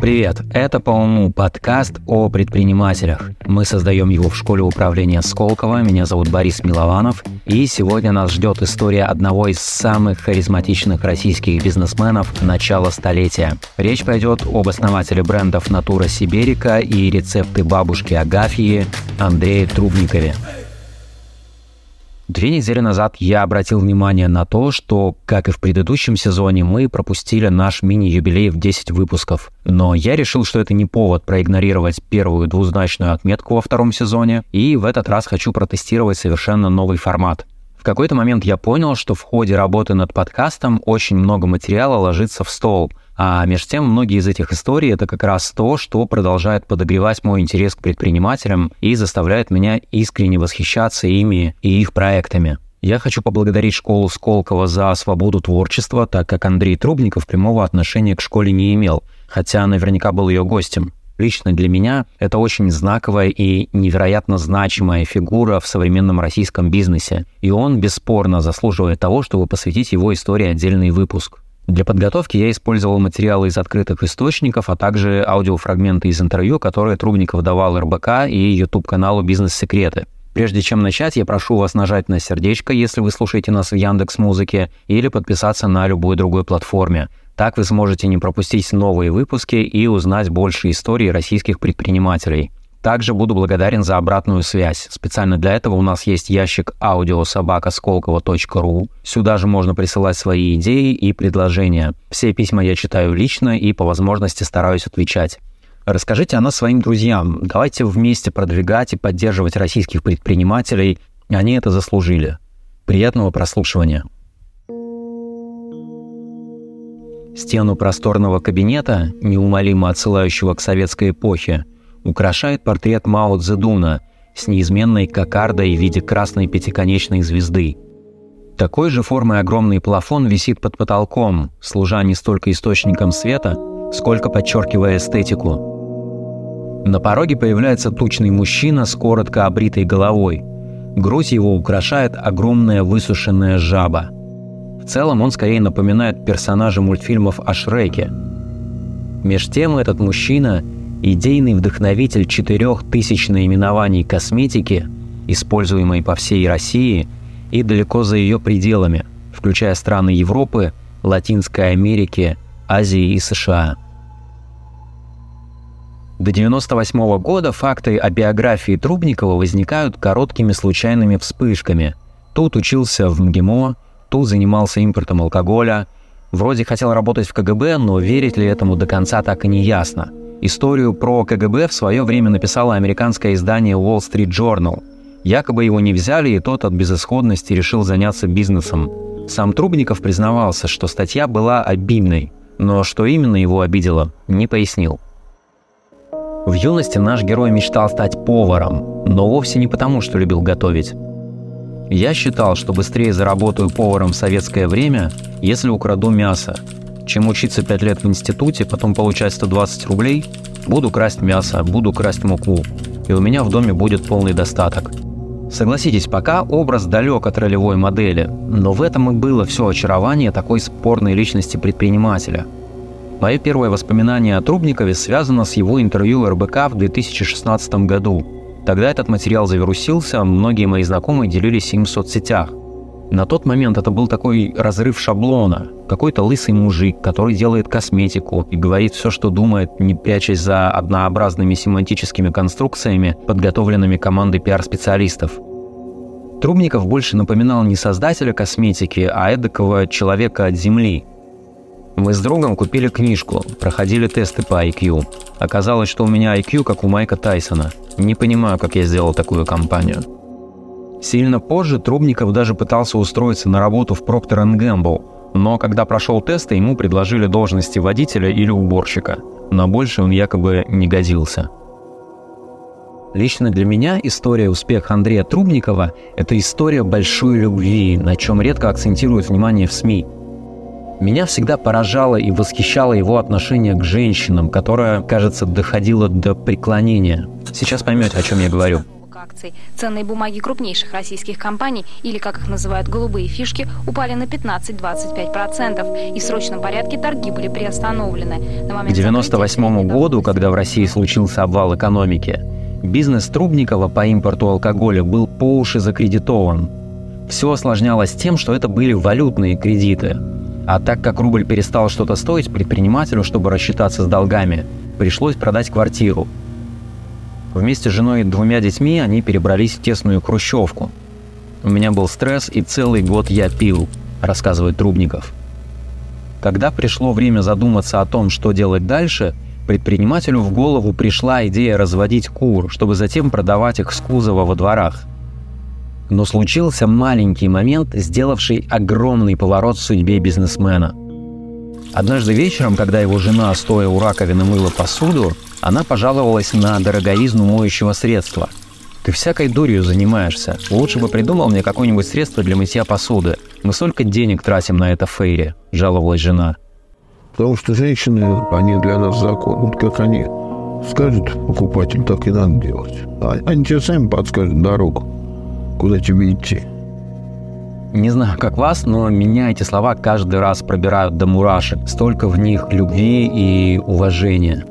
Привет, это «По уму» подкаст о предпринимателях. Мы создаем его в школе управления Сколково, меня зовут Борис Милованов, и сегодня нас ждет история одного из самых харизматичных российских бизнесменов начала столетия. Речь пойдет об основателе брендов «Натура Сиберика» и рецепты бабушки Агафьи Андрее Трубникове. 2 недели назад я обратил внимание на то, что, как и в предыдущем сезоне, мы пропустили наш мини-юбилей в 10 выпусков. Но я решил, что это не повод проигнорировать первую двузначную отметку во 2 сезоне, и в этот раз хочу протестировать совершенно новый формат. В какой-то момент я понял, что в ходе работы над подкастом очень много материала ложится в стол, а между тем многие из этих историй — это как раз то, что продолжает подогревать мой интерес к предпринимателям и заставляет меня искренне восхищаться ими и их проектами. Я хочу поблагодарить школу Сколково за свободу творчества, так как Андрей Трубников прямого отношения к школе не имел, хотя наверняка был ее гостем. Лично для меня это очень знаковая и невероятно значимая фигура в современном российском бизнесе, и он бесспорно заслуживает того, чтобы посвятить его истории отдельный выпуск. Для подготовки я использовал материалы из открытых источников, а также аудиофрагменты из интервью, которые Трубников давал РБК и YouTube-каналу «Бизнес-секреты». Прежде чем начать, я прошу вас нажать на сердечко, если вы слушаете нас в Яндекс.Музыке, или подписаться на любой другой платформе. Так вы сможете не пропустить новые выпуски и узнать больше историй российских предпринимателей. Также буду благодарен за обратную связь. Специально для этого у нас есть ящик audio@skolkovo.ru. Сюда же можно присылать свои идеи и предложения. Все письма я читаю лично и по возможности стараюсь отвечать. Расскажите о нас своим друзьям. Давайте вместе продвигать и поддерживать российских предпринимателей. Они это заслужили. Приятного прослушивания. Стену просторного кабинета, неумолимо отсылающего к советской эпохе, украшает портрет Мао Цзэдуна с неизменной кокардой в виде красной пятиконечной звезды. Такой же формы огромный плафон висит под потолком, служа не столько источником света, сколько подчеркивая эстетику. На пороге появляется тучный мужчина с коротко обритой головой. Грудь его украшает огромная высушенная жаба. В целом он скорее напоминает персонажа мультфильмов о Шреке. Меж тем этот мужчина – идейный вдохновитель 4000 наименований косметики, используемой по всей России и далеко за ее пределами, включая страны Европы, Латинской Америки, Азии и США. До 1998 года факты о биографии Трубникова возникают короткими случайными вспышками. Тут учился в МГИМО, тут занимался импортом алкоголя, вроде хотел работать в КГБ, но верить ли этому до конца так и не ясно. Историю про КГБ в свое время написало американское издание Wall Street Journal. Якобы его не взяли, и тот от безысходности решил заняться бизнесом. Сам Трубников признавался, что статья была обидной, но что именно его обидело, не пояснил. В юности наш герой мечтал стать поваром, но вовсе не потому, что любил готовить. Я считал, что быстрее заработаю поваром в советское время, если украду мясо, чем учиться 5 лет в институте, потом получать 120 рублей, буду красть мясо, буду красть муку, и у меня в доме будет полный достаток. Согласитесь, пока образ далек от ролевой модели, но в этом и было все очарование такой спорной личности предпринимателя. Мое первое воспоминание о Трубникове связано с его интервью РБК в 2016 году. Тогда этот материал завирусился, многие мои знакомые делились им в соцсетях. На тот момент это был такой разрыв шаблона. Какой-то лысый мужик, который делает косметику и говорит все, что думает, не прячась за однообразными семантическими конструкциями, подготовленными командой пиар-специалистов. Трубников больше напоминал не создателя косметики, а эдакого человека от земли. Мы с другом купили книжку, проходили тесты по IQ. Оказалось, что у меня IQ как у Майка Тайсона. Не понимаю, как я сделал такую компанию. Сильно позже Трубников даже пытался устроиться на работу в Procter & Gamble, но когда прошел тесты, ему предложили должности водителя или уборщика. На больше он якобы не годился. Лично для меня история успеха Андрея Трубникова – это история большой любви, на чем редко акцентируют внимание в СМИ. Меня всегда поражало и восхищало его отношение к женщинам, которое, кажется, доходило до преклонения. Сейчас поймете, о чем я говорю. акций. Ценные бумаги крупнейших российских компаний, или, как их называют, голубые фишки, упали на 15-25%, и в срочном порядке торги были приостановлены. К 1998 году, когда в России случился обвал экономики, бизнес Трубникова по импорту алкоголя был по уши закредитован. Все осложнялось тем, что это были валютные кредиты. А так как рубль перестал что-то стоить, предпринимателю, чтобы рассчитаться с долгами, пришлось продать квартиру. Вместе с женой и 2 детьми они перебрались в тесную хрущевку. «У меня был стресс, и целый год я пил», — рассказывает Трубников. Когда пришло время задуматься о том, что делать дальше, предпринимателю в голову пришла идея разводить кур, чтобы затем продавать их с кузова во дворах. Но случился маленький момент, сделавший огромный поворот в судьбе бизнесмена. Однажды вечером, когда его жена, стоя у раковины, мыла посуду, она пожаловалась на дороговизну моющего средства. «Ты всякой дурью занимаешься. Лучше бы придумал мне какое-нибудь средство для мытья посуды. Мы столько денег тратим на это в Фейре», – жаловалась жена. Потому что женщины, они для нас закон. Вот как они скажут покупателю, так и надо делать. Они тебе сами подскажут дорогу, куда тебе идти. Не знаю, как вас, но меня эти слова каждый раз пробирают до мурашек. Столько в них любви и уважения.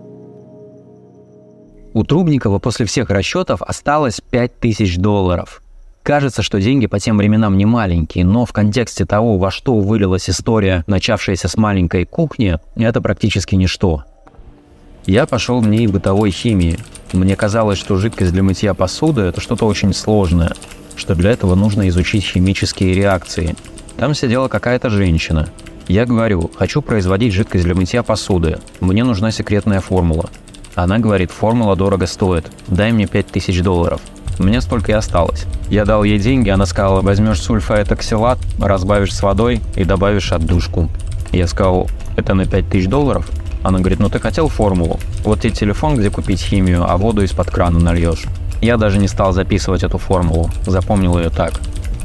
У Трубникова после всех расчетов осталось $5000. Кажется, что деньги по тем временам не маленькие, но в контексте того, во что вылилась история, начавшаяся с маленькой кухни, это практически ничто. Я пошел в НИИ бытовой химии. Мне казалось, что жидкость для мытья посуды – это что-то очень сложное, что для этого нужно изучить химические реакции. Там сидела какая-то женщина. Я говорю, хочу производить жидкость для мытья посуды, мне нужна секретная формула. Она говорит, формула дорого стоит, дай мне $5000. Мне столько и осталось. Я дал ей деньги, она сказала, возьмешь сульфаэтоксилат, разбавишь с водой и добавишь отдушку. Я сказал, это на $5000? Она говорит, ну ты хотел формулу? Вот тебе телефон, где купить химию, а воду из-под крана нальешь. Я даже не стал записывать эту формулу, запомнил ее так.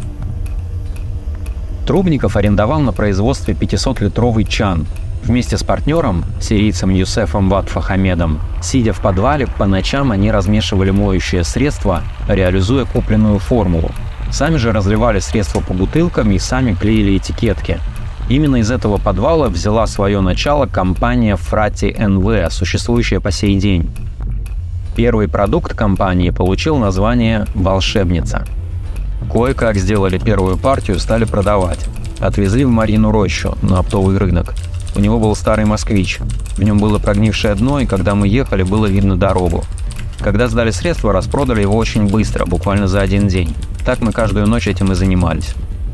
Трубников арендовал на производстве 500-литровый чан. Вместе с партнером, сирийцем Юсефом Ватфахамедом, сидя в подвале, по ночам они размешивали моющее средство, реализуя купленную формулу. Сами же разливали средство по бутылкам и сами клеили этикетки. Именно из этого подвала взяла свое начало компания Frati NV, существующая по сей день. Первый продукт компании получил название «Волшебница». Кое-как сделали первую партию, стали продавать. Отвезли в Марьину Рощу, на оптовый рынок. У него был старый «Москвич». В нем было прогнившее дно, и когда мы ехали, было видно дорогу. Когда сдали средства, распродали его очень быстро, буквально за один день. Так мы каждую ночь этим и занимались.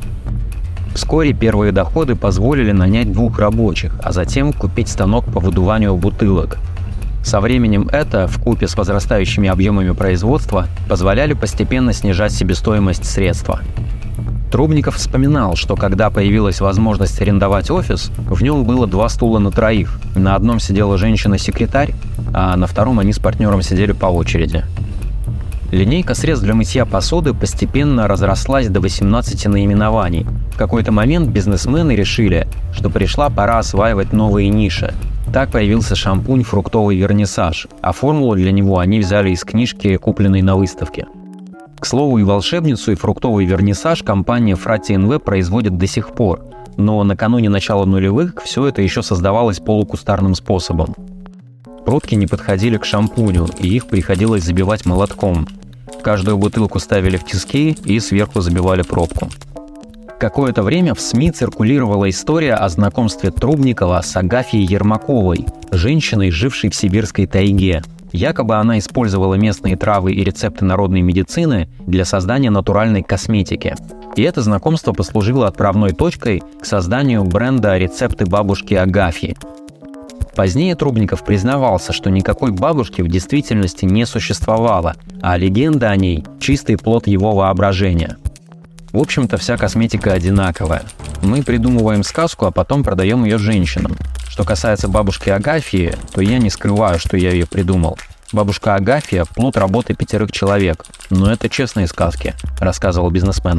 Вскоре первые доходы позволили нанять 2 рабочих, а затем купить станок по выдуванию бутылок. Со временем это, вкупе с возрастающими объемами производства, позволяли постепенно снижать себестоимость средства. Трубников вспоминал, что когда появилась возможность арендовать офис, в нем было 2 стула на 3. На одном сидела женщина-секретарь, а на втором они с партнером сидели по очереди. Линейка средств для мытья посуды постепенно разрослась до 18 наименований. В какой-то момент бизнесмены решили, что пришла пора осваивать новые ниши. Так появился шампунь «Фруктовый вернисаж», а формулу для него они взяли из книжки, купленной на выставке. К слову, и волшебницу, и фруктовый вернисаж компания Frati NV производит до сих пор, но накануне начала нулевых все это еще создавалось полукустарным способом. Прутки не подходили к шампуню, и их приходилось забивать молотком. В каждую бутылку ставили в тиски и сверху забивали пробку. Какое-то время в СМИ циркулировала история о знакомстве Трубникова с Агафьей Ермаковой, женщиной, жившей в сибирской тайге. Якобы она использовала местные травы и рецепты народной медицины для создания натуральной косметики. И это знакомство послужило отправной точкой к созданию бренда «Рецепты бабушки Агафьи». Позднее Трубников признавался, что никакой бабушки в действительности не существовало, а легенда о ней – чистый плод его воображения. В общем-то, вся косметика одинаковая. Мы придумываем сказку, а потом продаем ее женщинам. Что касается бабушки Агафьи, то я не скрываю, что я ее придумал. Бабушка Агафья – плод работы 5 человек. Но это честные сказки, рассказывал бизнесмен.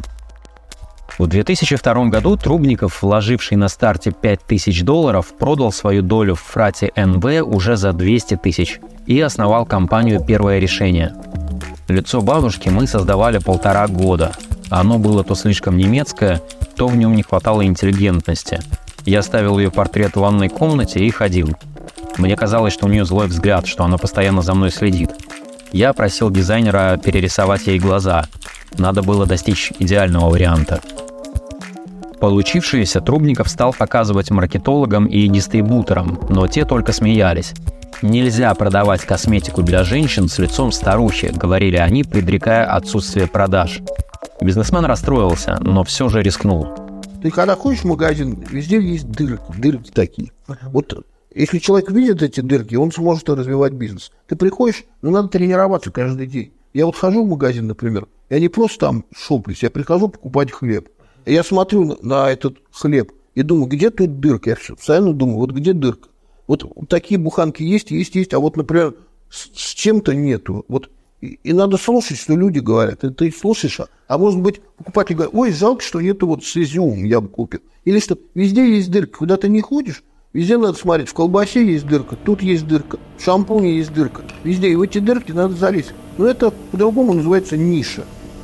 В 2002 году Трубников, вложивший на старте $5000, продал свою долю в Frati NV уже за 200 000 и основал компанию «Первое решение». Лицо бабушки мы создавали 1,5 года. Оно было то слишком немецкое, то в нем не хватало интеллигентности. Я ставил ее портрет в ванной комнате и ходил. Мне казалось, что у нее злой взгляд, что она постоянно за мной следит. Я просил дизайнера перерисовать ей глаза. Надо было достичь идеального варианта. Получившееся Трубников стал показывать маркетологам и дистрибуторам, но те только смеялись. «Нельзя продавать косметику для женщин с лицом старухи», — говорили они, предрекая отсутствие продаж. Бизнесмен расстроился, но все же рискнул. Ты когда ходишь в магазин, везде есть дырки такие. Вот если человек видит эти дырки, он сможет развивать бизнес. Ты приходишь, надо тренироваться каждый день. Я вот хожу в магазин, например, я не просто там шоплюсь, я прихожу покупать хлеб. И я смотрю на этот хлеб и думаю, где тут дырка? Я постоянно думаю, вот где дырка? Вот такие буханки есть, а вот, например, с чем-то нету. Вот и надо слушать, что люди говорят. И ты слушаешь, а может быть, покупатель говорит, ой, жалко, что нету вот с изюмом, я бы купил. Или что везде есть дырка, куда ты не ходишь, везде надо смотреть. В колбасе есть дырка, тут есть дырка, в шампуне есть дырка. Везде, и в эти дырки надо залезть. Но это по-другому называется ниша.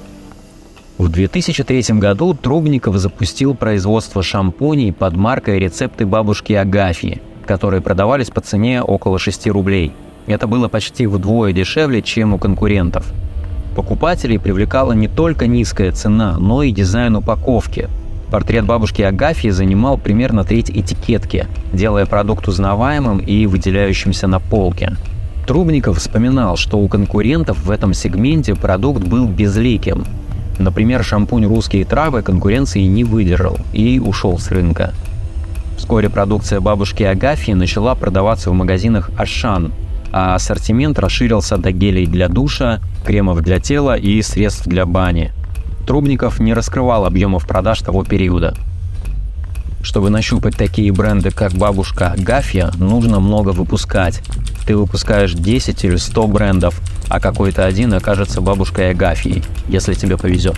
В 2003 году Трубников запустил производство шампуней под маркой «Рецепты бабушки Агафьи», которые продавались по цене около 6 рублей. Это было почти вдвое дешевле, чем у конкурентов. Покупателей привлекала не только низкая цена, но и дизайн упаковки. Портрет бабушки Агафьи занимал примерно треть этикетки, делая продукт узнаваемым и выделяющимся на полке. Трубников вспоминал, что у конкурентов в этом сегменте продукт был безликим. Например, шампунь «Русские травы» конкуренции не выдержал и ушел с рынка. Вскоре продукция бабушки Агафьи начала продаваться в магазинах «Ашан», а ассортимент расширился до гелей для душа, кремов для тела и средств для бани. Трубников не раскрывал объемов продаж того периода. Чтобы нащупать такие бренды, как бабушка Агафья, нужно много выпускать. Ты выпускаешь 10 или 100 брендов, а какой-то один окажется бабушкой Агафьей, если тебе повезет.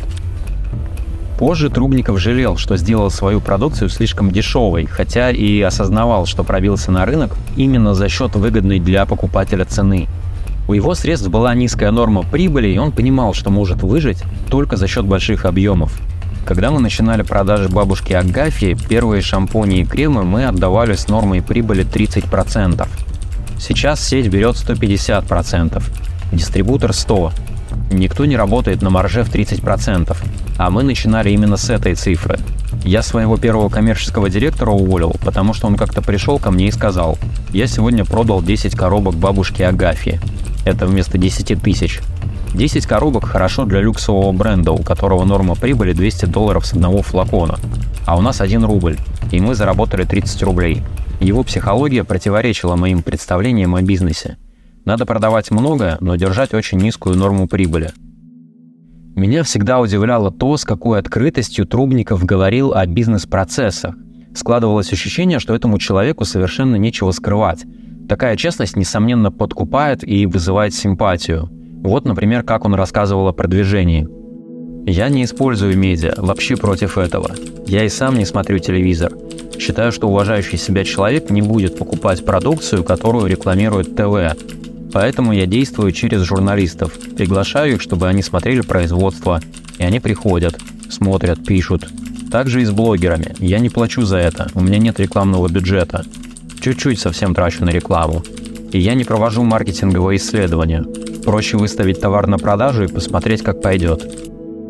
Позже Трубников жалел, что сделал свою продукцию слишком дешевой, хотя и осознавал, что пробился на рынок именно за счет выгодной для покупателя цены. У его средств была низкая норма прибыли, и он понимал, что может выжить только за счет больших объемов. Когда мы начинали продажи бабушки Агафьи, первые шампуни и кремы мы отдавали с нормой прибыли 30%. Сейчас сеть берет 150%, дистрибутор 100%. Никто не работает на марже в 30%, а мы начинали именно с этой цифры. Я своего первого коммерческого директора уволил, потому что он как-то пришел ко мне и сказал: «Я сегодня продал 10 коробок бабушки Агафьи». Это вместо 10 тысяч. 10 коробок хорошо для люксового бренда, у которого норма прибыли $200 с одного флакона. А у нас 1 рубль, и мы заработали 30 рублей. Его психология противоречила моим представлениям о бизнесе. Надо продавать много, но держать очень низкую норму прибыли. Меня всегда удивляло то, с какой открытостью Трубников говорил о бизнес-процессах. Складывалось ощущение, что этому человеку совершенно нечего скрывать. Такая честность, несомненно, подкупает и вызывает симпатию. Вот, например, как он рассказывал о продвижении. «Я не использую медиа, вообще против этого. Я и сам не смотрю телевизор. Считаю, что уважающий себя человек не будет покупать продукцию, которую рекламирует ТВ. Поэтому я действую через журналистов, приглашаю их, чтобы они смотрели производство. И они приходят, смотрят, пишут. Также и с блогерами. Я не плачу за это, у меня нет рекламного бюджета. Чуть-чуть совсем трачу на рекламу. И я не провожу маркетинговые исследования. Проще выставить товар на продажу и посмотреть, как пойдет».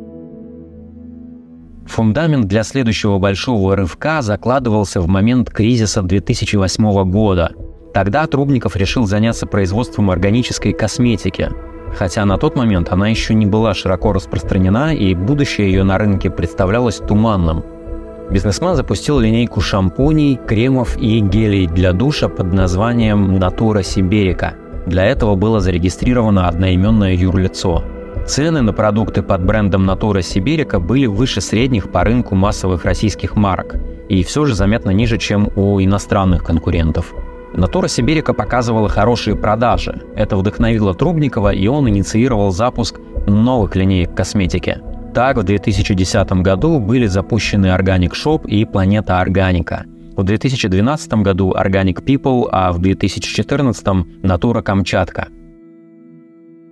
Фундамент для следующего большого рывка закладывался в момент кризиса 2008 года. Тогда Трубников решил заняться производством органической косметики, хотя на тот момент она еще не была широко распространена и будущее ее на рынке представлялось туманным. Бизнесмен запустил линейку шампуней, кремов и гелей для душа под названием «Натура Сиберика». Для этого было зарегистрировано одноименное юрлицо. Цены на продукты под брендом «Натура Сиберика» были выше средних по рынку массовых российских марок и все же заметно ниже, чем у иностранных конкурентов. «Натура Сиберика» показывала хорошие продажи. Это вдохновило Трубникова, и он инициировал запуск новых линеек косметики. Так, в 2010 году были запущены Organic Shop и Планета Органика. В 2012 году Organic People, а в 2014 Натура Камчатка.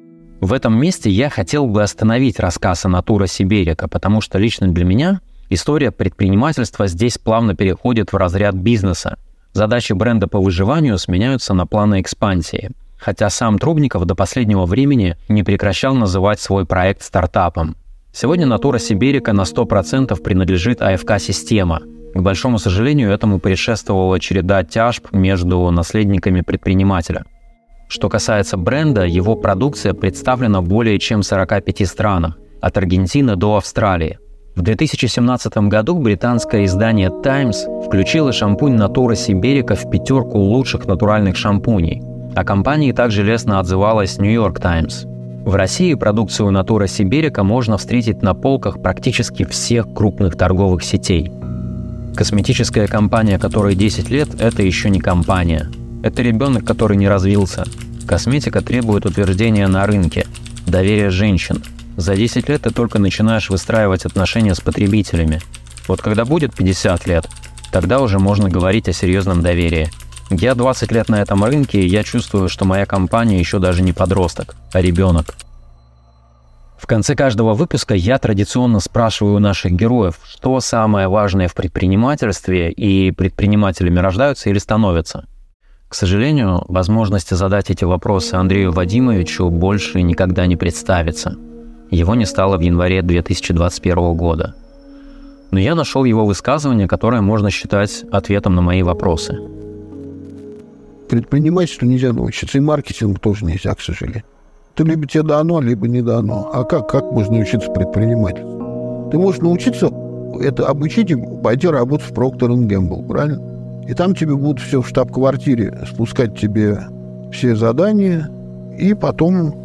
В этом месте я хотел бы остановить рассказ о Natura Siberica, потому что лично для меня история предпринимательства здесь плавно переходит в разряд бизнеса. Задачи бренда по выживанию сменяются на планы экспансии. Хотя сам Трубников до последнего времени не прекращал называть свой проект стартапом. Сегодня Natura Siberica на 100% принадлежит АФК-система. К большому сожалению, этому предшествовала череда тяжб между наследниками предпринимателя. Что касается бренда, его продукция представлена более чем в 45 странах, от Аргентины до Австралии. В 2017 году британское издание Times включило шампунь Natura Siberica в 5 лучших натуральных шампуней, о компании также лестно отзывалась New York Times. В России продукцию Natura Siberica можно встретить на полках практически всех крупных торговых сетей. Косметическая компания, которой 10 лет, это еще не компания. Это ребенок, который не развился. Косметика требует утверждения на рынке, доверия женщин. За 10 лет ты только начинаешь выстраивать отношения с потребителями. Вот когда будет 50 лет, тогда уже можно говорить о серьезном доверии. Я 20 лет на этом рынке, и я чувствую, что моя компания еще даже не подросток, а ребенок. В конце каждого выпуска я традиционно спрашиваю у наших героев, что самое важное в предпринимательстве, и предпринимателями рождаются или становятся. К сожалению, возможности задать эти вопросы Андрею Вадимовичу больше никогда не представится. Его не стало в январе 2021 года. Но я нашел его высказывание, которое можно считать ответом на мои вопросы. Предпринимательству нельзя научиться, и маркетингу тоже нельзя, к сожалению. Это либо тебе дано, либо не дано. А как можно научиться предпринимательству? Ты можешь научиться это обучить и пойти работать в Procter & Gamble, правильно? И там тебе будут все в штаб-квартире спускать тебе все задания, и потом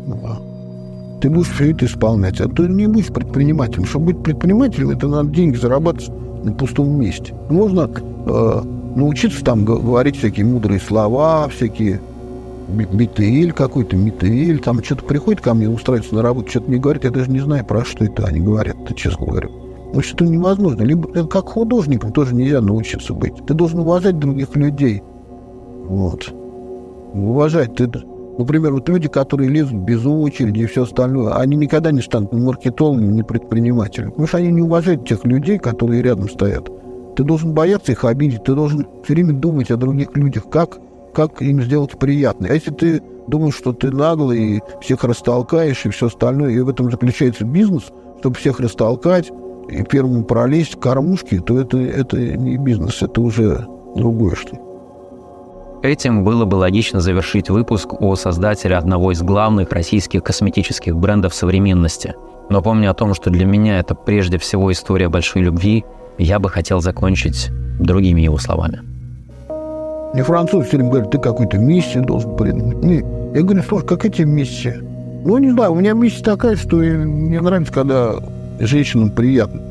ты будешь все это исполнять. А ты не будешь предпринимателем. Чтобы быть предпринимателем, это надо деньги зарабатывать на пустом месте. Можно научиться там говорить всякие мудрые слова, всякие Митеэль какой-то, там что-то приходит ко мне, устраивается на работу, что-то мне говорит, я даже не знаю, про что это они говорят, честно говоря. Потому что это невозможно. Либо как художникам тоже нельзя научиться быть. Ты должен уважать других людей. Вот. Уважать. Например, вот люди, которые лезут без очереди и все остальное, они никогда не станут ни маркетологами, ни предпринимателями. Потому что они не уважают тех людей, которые рядом стоят. Ты должен бояться их обидеть, ты должен все время думать о других людях, как им сделать приятно. А если ты думаешь, что ты наглый и всех растолкаешь и все остальное, и в этом заключается бизнес, чтобы всех растолкать и первому пролезть в кормушки, то это не бизнес, это уже другое что. Этим было бы логично завершить выпуск о создателе одного из главных российских косметических брендов современности. Но помня о том, что для меня это прежде всего история большой любви, я бы хотел закончить другими его словами. Мне француз все время говорит, ты какую-то миссию должен придумать. Я говорю, слушай, какая тебе миссия? Ну, не знаю, у меня миссия такая, что мне нравится, когда женщинам приятно.